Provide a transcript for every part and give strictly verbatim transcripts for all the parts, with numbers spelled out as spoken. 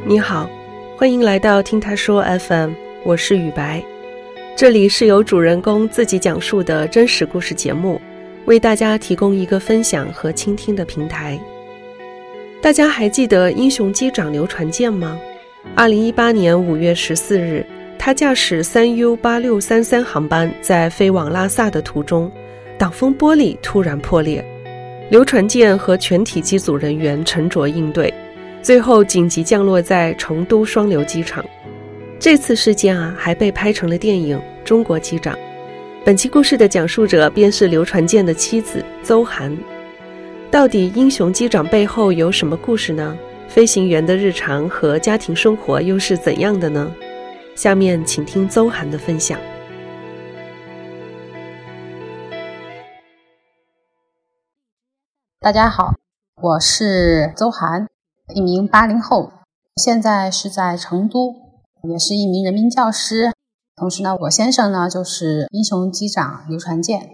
你好，欢迎来到听他说 F M， 我是雨白。这里是由主人公自己讲述的真实故事节目，为大家提供一个分享和倾听的平台。大家还记得英雄机长刘传健吗？二零一八年五月十四日，他驾驶三 U 八六三三航班在飞往拉萨的途中，挡风玻璃突然破裂，刘传健和全体机组人员沉着应对，最后紧急降落在成都双流机场。这次事件啊，还被拍成了电影《中国机长》。本期故事的讲述者便是刘传健的妻子邹涵。到底英雄机长背后有什么故事呢？飞行员的日常和家庭生活又是怎样的呢？下面请听邹涵的分享。 大家好，我是邹涵，一名八零后，现在是在成都，也是一名人民教师。同时呢，我先生呢就是英雄机长刘传健。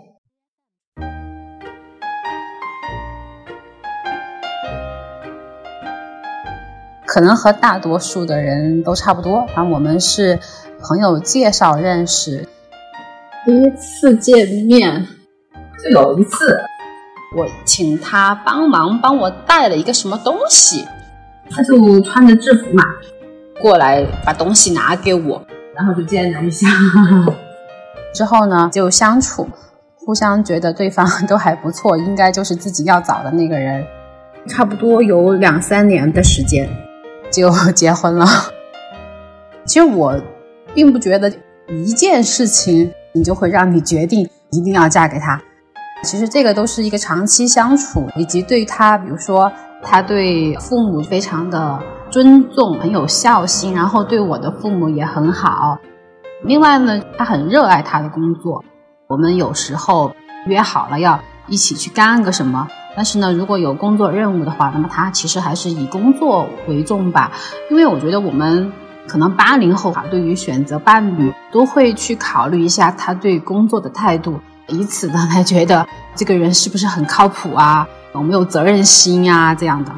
可能和大多数的人都差不多，然后我们是朋友介绍认识， 第一次见面就有一次我请他帮忙帮我带了一个什么东西， 他就穿着制服嘛， 过来把东西拿给我， 然后就见了一下之后呢就相处，互相觉得对方都还不错，应该就是自己要找的那个人，差不多有两三年的时间就结婚了。其实我并不觉得一件事情你就会让你决定一定要嫁给他，其实这个都是一个长期相处，以及对他比如说他对父母非常的尊重，很有孝心，然后对我的父母也很好。另外呢，他很热爱他的工作，我们有时候约好了要一起去干个什么，但是呢如果有工作任务的话，那么他其实还是以工作为重吧。因为我觉得我们可能八零后对于选择伴侣都会去考虑一下他对工作的态度，以此呢来觉得这个人是不是很靠谱啊，有没有责任心啊，这样的。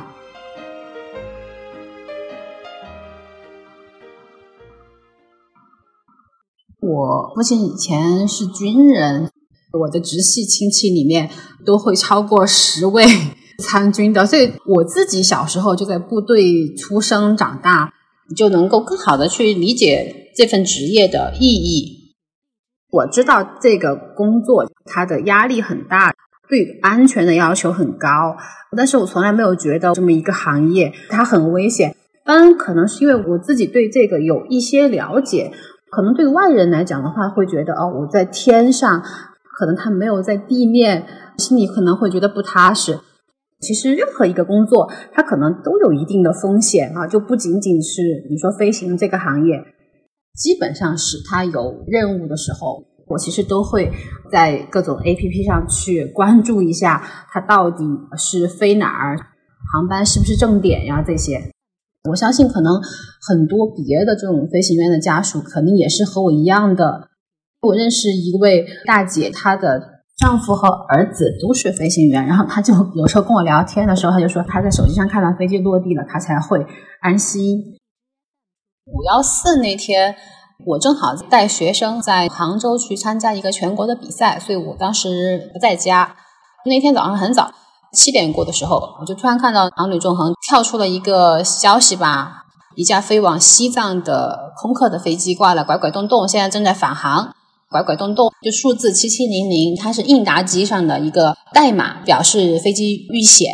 我父亲以前是军人，我的直系亲戚里面都会超过十位参军的，所以我自己小时候就在部队出生长大，就能够更好的去理解这份职业的意义。我知道这个工作它的压力很大，对安全的要求很高，但是我从来没有觉得这么一个行业它很危险。当然可能是因为我自己对这个有一些了解，可能对外人来讲的话会觉得哦，我在天上，可能他没有在地面，心里可能会觉得不踏实。其实任何一个工作它可能都有一定的风险啊，就不仅仅是你说飞行这个行业，基本上是它有任务的时候，我其实都会在各种 A P P 上去关注一下它到底是飞哪儿，航班是不是正点呀，这些。我相信可能很多别的这种飞行员的家属肯定也是和我一样的。我认识一位大姐，她的丈夫和儿子都是飞行员，然后她就有时候跟我聊天的时候，她就说她在手机上看到飞机落地了，她才会安心。五一四那天我正好带学生在杭州去参加一个全国的比赛，所以我当时不在家。那天早上很早七点过的时候，我就突然看到航旅纵横跳出了一个消息吧，一架飞往西藏的空客的飞机挂了拐拐动动，现在正在返航。拐拐动动就数字七七零零，它是应答机上的一个代码，表示飞机遇险。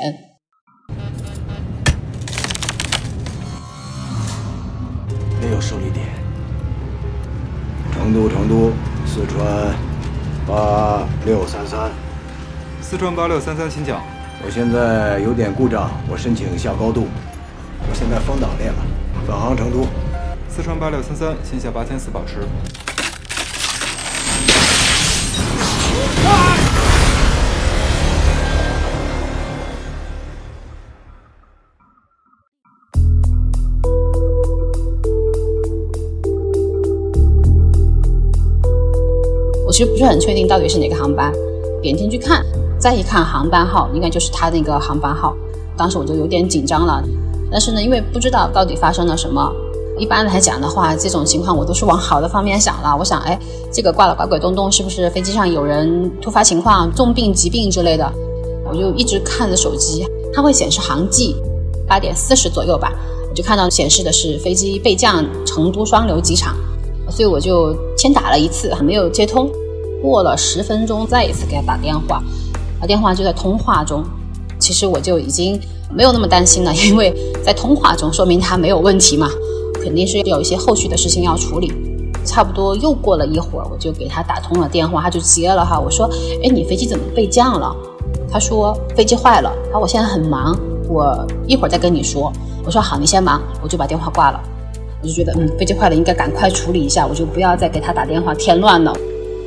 没有受力点。成都，成都，四川八六三三。 四川八六三三，请讲。 我现在有点故障，我申请下高度。我现在风挡裂了，返航成都。 四川八六三三，先下八千四保持。 我其实不是很确定到底是哪个航班，点进去看，再一看航班号，应该就是他那个航班号。当时我就有点紧张了， 但是呢，因为不知道到底发生了什么，一般来讲的话，这种情况我都是往好的方面想了。我想，哎，这个挂了拐拐动动，是不是飞机上有人突发情况、重病、疾病之类的？我就一直看着手机，它会显示航迹，八点四十左右吧，我就看到显示的是飞机备降成都双流机场，所以我就先打了一次，还没有接通。过了十分钟，再一次给他打电话，打电话就在通话中。其实我就已经没有那么担心了，因为在通话中说明他没有问题嘛，肯定是有一些后续的事情要处理。差不多又过了一会儿，我就给他打通了电话，他就接了哈。我说，哎，你飞机怎么备降了？他说飞机坏了，他说我现在很忙，我一会儿再跟你说。我说好，你先忙，我就把电话挂了。我就觉得嗯，飞机坏了应该赶快处理一下，我就不要再给他打电话添乱了。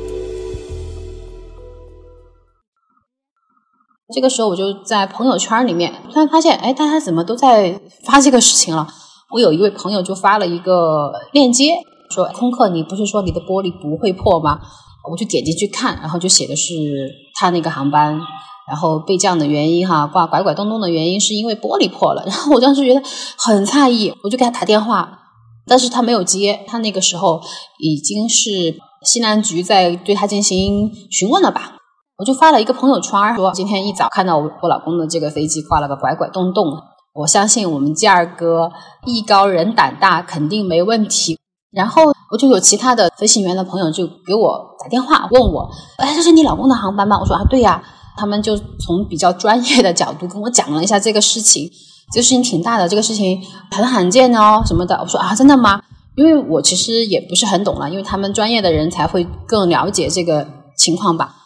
这个时候我就在朋友圈里面突然发现，哎，大家怎么都在发这个事情了？我有一位朋友就发了一个链接，说空客你不是说你的玻璃不会破吗？我就点进去看，然后就写的是他那个航班，然后备降的原因哈，挂拐拐动动的原因是因为玻璃破了。然后我当时觉得很诧异，我就给他打电话，但是他没有接，他那个时候已经是西南局在对他进行询问了吧。我就发了一个朋友圈说，今天一早看到我老公的这个飞机挂了个拐拐动动，我相信我们第二哥艺高人胆大，肯定没问题。然后我就有其他的飞行员的朋友就给我打电话问我，哎，这是你老公的航班吗？我说啊，对呀。他们就从比较专业的角度跟我讲了一下这个事情，这个事情挺大的，这个事情很罕见哦什么的。我说啊，真的吗？因为我其实也不是很懂了，因为他们专业的人才会更了解这个情况吧。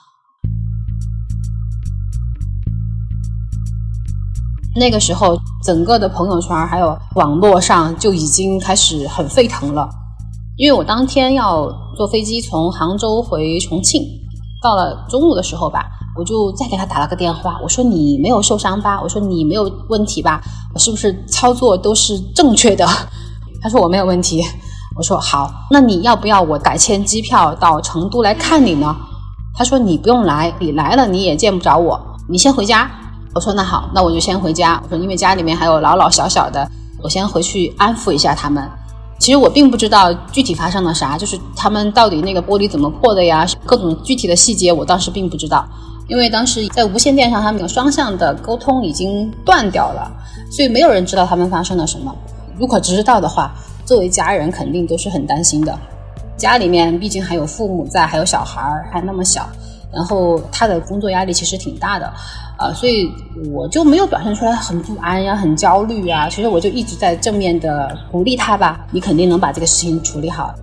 那个时候整个的朋友圈还有网络上就已经开始很沸腾了，因为我当天要坐飞机从杭州回重庆，到了中午的时候吧，我就再给他打了个电话，我说你没有受伤吧？我说你没有问题吧？我是不是操作都是正确的？他说我没有问题。我说好，那你要不要我改签机票到成都来看你呢？他说你不用来，你来了你也见不着我，你先回家。我说那好，那我就先回家。我说因为家里面还有老老小小的，我先回去安抚一下他们。其实我并不知道具体发生了啥，就是他们到底那个玻璃怎么破的呀，各种具体的细节我当时并不知道。因为当时在无线电上他们有双向的沟通已经断掉了，所以没有人知道他们发生了什么。如果知道的话，作为家人肯定都是很担心的。家里面毕竟还有父母在，还有小孩还那么小，然后他的工作压力其实挺大的，呃，所以我就没有表现出来很不安呀、很焦虑啊。其实我就一直在正面的鼓励他吧，你肯定能把这个事情处理好。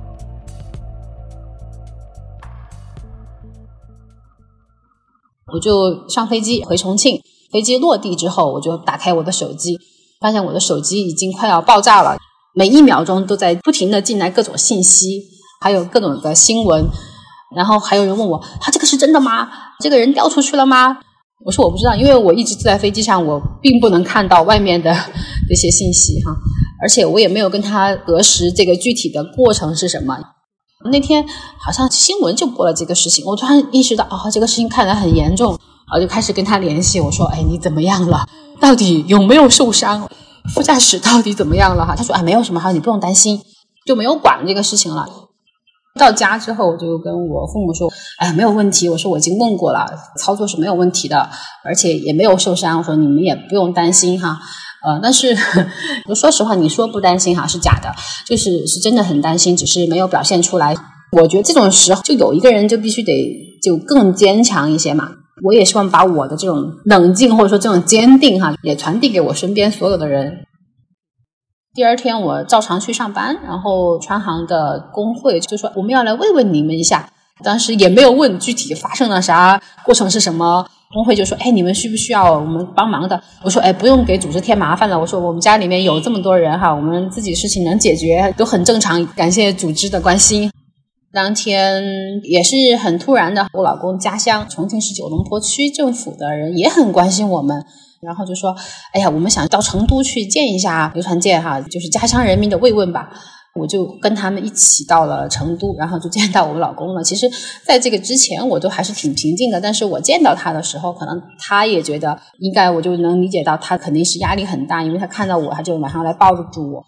我就上飞机回重庆，飞机落地之后，我就打开我的手机，发现我的手机已经快要爆炸了，每一秒钟都在不停的进来各种信息，还有各种的新闻。然后还有人问我，他这个是真的吗？这个人掉出去了吗？我说我不知道，因为我一直在飞机上，我并不能看到外面的这些信息哈，而且我也没有跟他核实这个具体的过程是什么。那天好像新闻就播了这个事情，我突然意识到，哦，这个事情看来很严重，我就开始跟他联系，我说，哎，你怎么样了？到底有没有受伤？副驾驶到底怎么样了？哈，他说，哎，没有什么，哈，你不用担心，就没有管这个事情了。到家之后，我就跟我父母说，哎，没有问题，我说我已经问过了，操作是没有问题的，而且也没有受伤，我说你们也不用担心哈。呃，但是说实话，你说不担心哈是假的，就是是真的很担心，只是没有表现出来。我觉得这种时候就有一个人就必须得就更坚强一些嘛。我也希望把我的这种冷静或者说这种坚定哈，也传递给我身边所有的人。第二天我照常去上班，然后川航的工会就说我们要来慰问你们一下，当时也没有问具体发生了啥，过程是什么。工会就说，哎，你们需不需要我们帮忙的？我说，哎，不用给组织添麻烦了。我说我们家里面有这么多人哈，我们自己事情能解决都很正常，感谢组织的关心。当天也是很突然的，我老公家乡重庆市九龙坡区政府的人也很关心我们，然后就说，哎呀，我们想到成都去见一下刘传健哈，就是家乡人民的慰问吧。 我就跟他们一起到了成都，然后就见到我老公了。其实在这个之前我都还是挺平静的，但是我见到他的时候，可能他也觉得应该，我就能理解到他肯定是压力很大，因为他看到我他就马上来抱住我。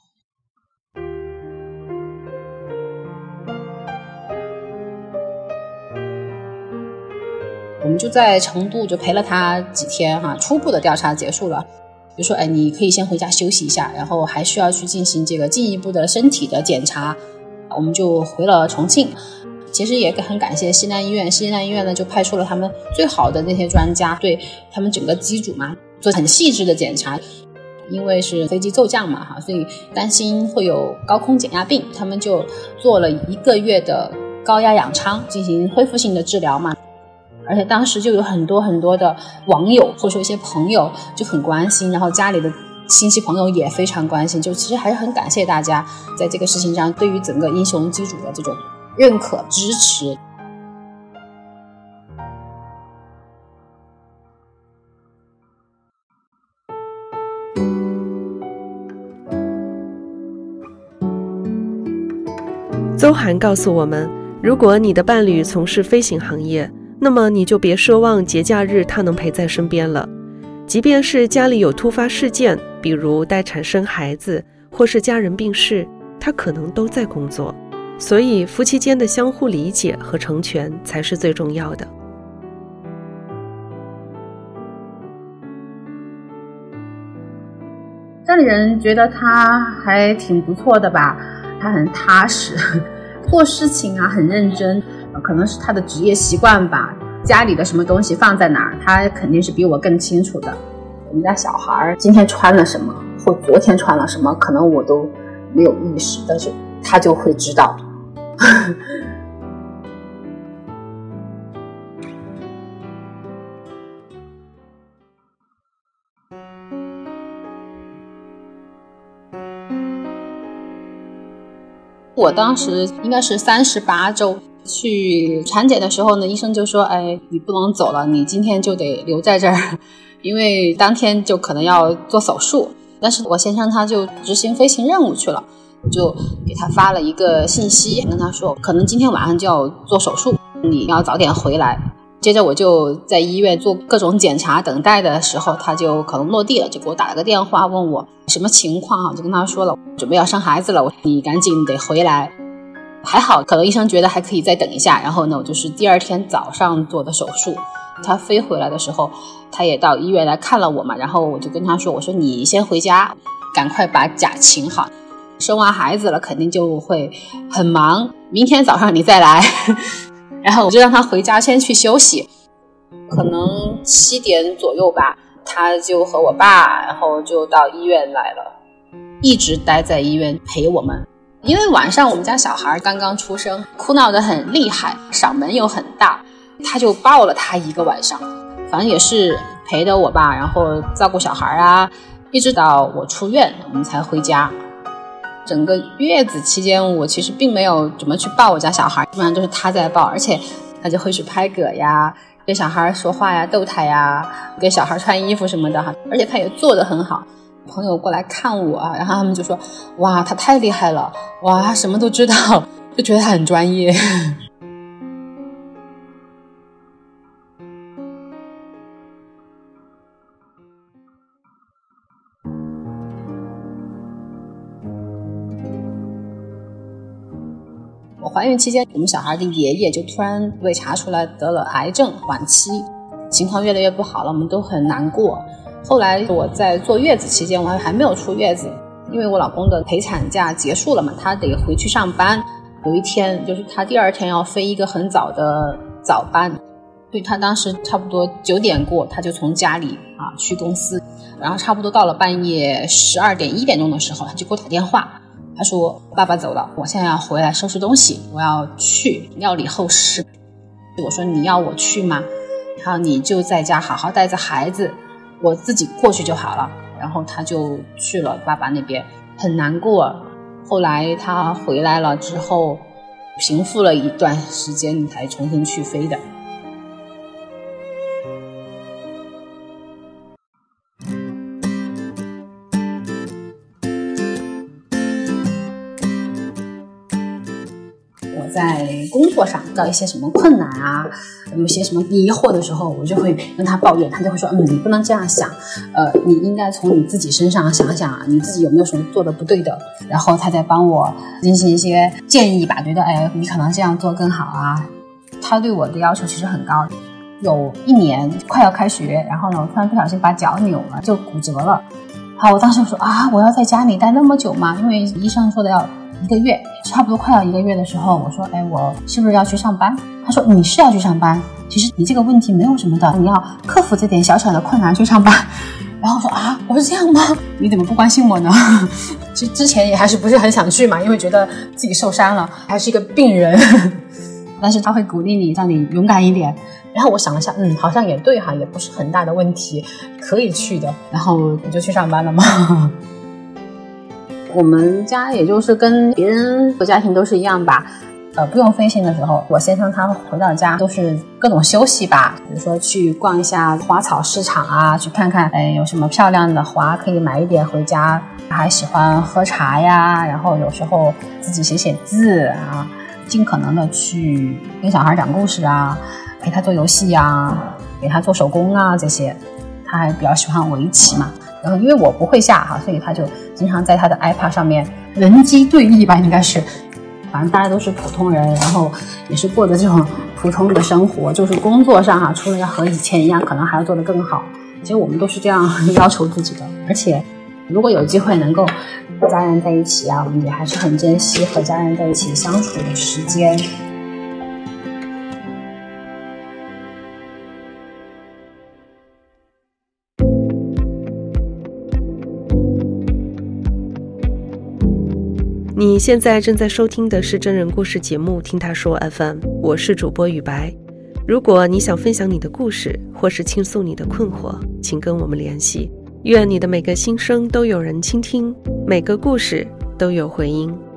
我们就在成都就陪了他几天哈，初步的调查结束了，就说哎，你可以先回家休息一下，然后还需要去进行这个进一步的身体的检查。我们就回了重庆。其实也很感谢西南医院，西南医院呢就派出了他们最好的那些专家，对他们整个机组嘛做很细致的检查。因为是飞机骤降嘛哈，所以担心会有高空减压病，他们就做了一个月的高压氧舱进行恢复性的治疗嘛。而且当时就有很多很多的网友或者说一些朋友就很关心，然后家里的亲戚朋友也非常关心，就其实还是很感谢大家在这个事情上对于整个英雄机组的这种认可支持。 邹涵告诉我们，如果你的伴侣从事飞行行业，那么你就别奢望节假日他能陪在身边了。即便是家里有突发事件，比如待产生孩子或是家人病逝，他可能都在工作。所以夫妻间的相互理解和成全才是最重要的。 家里人觉得他还挺不错的吧，他很踏实，做事情啊很认真，可能是他的职业习惯吧，家里的什么东西放在哪儿，他肯定是比我更清楚的。我们家小孩今天穿了什么或昨天穿了什么，可能我都没有意识，但是他就会知道。我当时应该是三十八周去产检的时候呢，医生就说哎，你不能走了，你今天就得留在这儿，因为当天就可能要做手术。但是我先生他就执行飞行任务去了，我就给他发了一个信息，跟他说可能今天晚上就要做手术，你要早点回来。接着我就在医院做各种检查，等待的时候他就可能落地了，就给我打了个电话问我什么情况，我就跟他说了准备要生孩子了，你赶紧得回来。还好可能医生觉得还可以再等一下，然后呢我就是第二天早上做的手术。他飞回来的时候他也到医院来看了我嘛，然后我就跟他说，我说你先回家赶快把假请好，生完孩子了肯定就会很忙，明天早上你再来。然后我就让他回家先去休息，可能七点左右吧，他就和我爸然后就到医院来了，一直待在医院陪我们。因为晚上我们家小孩刚刚出生，哭闹得很厉害，嗓门又很大，他就抱了他一个晚上，反正也是陪着我爸，然后照顾小孩啊，一直到我出院我们才回家。整个月子期间我其实并没有怎么去抱我家小孩，基本上都是他在抱，而且他就会去拍嗝呀，跟小孩说话呀，逗他呀，给小孩穿衣服什么的哈，而且他也做得很好。朋友过来看我，然后他们就说哇他太厉害了，哇他什么都知道，就觉得他很专业。我怀孕期间，我们小孩的爷爷就突然被查出来得了癌症晚期，情况越来越不好了，我们都很难过。后来我在坐月子期间，我还没有出月子，因为我老公的陪产假结束了嘛，他得回去上班。有一天就是他第二天要飞一个很早的早班，所以他当时差不多九点过他就从家里啊去公司，然后差不多到了半夜十二点一点钟的时候，他就给我打电话，他说爸爸走了，我现在要回来收拾东西，我要去料理后事。我说你要我去吗？然后你就在家好好带着孩子，我自己过去就好了。然后他就去了爸爸那边，很难过。后来他回来了之后平复了一段时间才重新去飞的。 作上遇到一些什么困难啊，有些什么疑惑的时候，我就会跟他抱怨，他就会说嗯，你不能这样想，呃，你应该从你自己身上想想你自己有没有什么做的不对的，然后他再帮我进行一些建议吧，觉得哎，你可能这样做更好啊。他对我的要求其实很高。有一年快要开学，然后呢，我突然不小心把脚扭了，就骨折了。好，我当时说啊，我要在家里待那么久吗？因为医生说的要一个月，差不多快要一个月的时候，我说，哎，我是不是要去上班？他说你是要去上班，其实你这个问题没有什么的，你要克服这点小小的困难去上班。然后我说啊，我说这样吗？你怎么不关心我呢？其实之前也还是不是很想去嘛，因为觉得自己受伤了，还是一个病人。但是他会鼓励你，让你勇敢一点。然后我想了下，嗯，好像也对哈，也不是很大的问题，可以去的。然后我就去上班了嘛。我们家也就是跟别人的家庭都是一样吧，呃，不用飞行的时候，我先生他回到家都是各种休息吧，比如说去逛一下花草市场啊，去看看哎有什么漂亮的花可以买一点回家。还喜欢喝茶呀，然后有时候自己写写字啊，尽可能的去跟小孩讲故事啊，陪他做游戏啊，给他做手工啊这些。他还比较喜欢围棋嘛，然后因为我不会下哈，所以他就经常在他的 iPad 上面人机对弈吧，应该是，反正大家都是普通人，然后也是过着这种普通的生活，就是工作上哈，除了要和以前一样，可能还要做得更好。其实我们都是这样要求自己的，而且如果有机会能够和家人在一起啊，我们也还是很珍惜和家人在一起相处的时间。 你现在正在收听的是真人故事节目《听他说 F M》， 我是主播雨白。如果你想分享你的故事，或是倾诉你的困惑，请跟我们联系。愿你的每个心声都有人倾听，每个故事都有回音。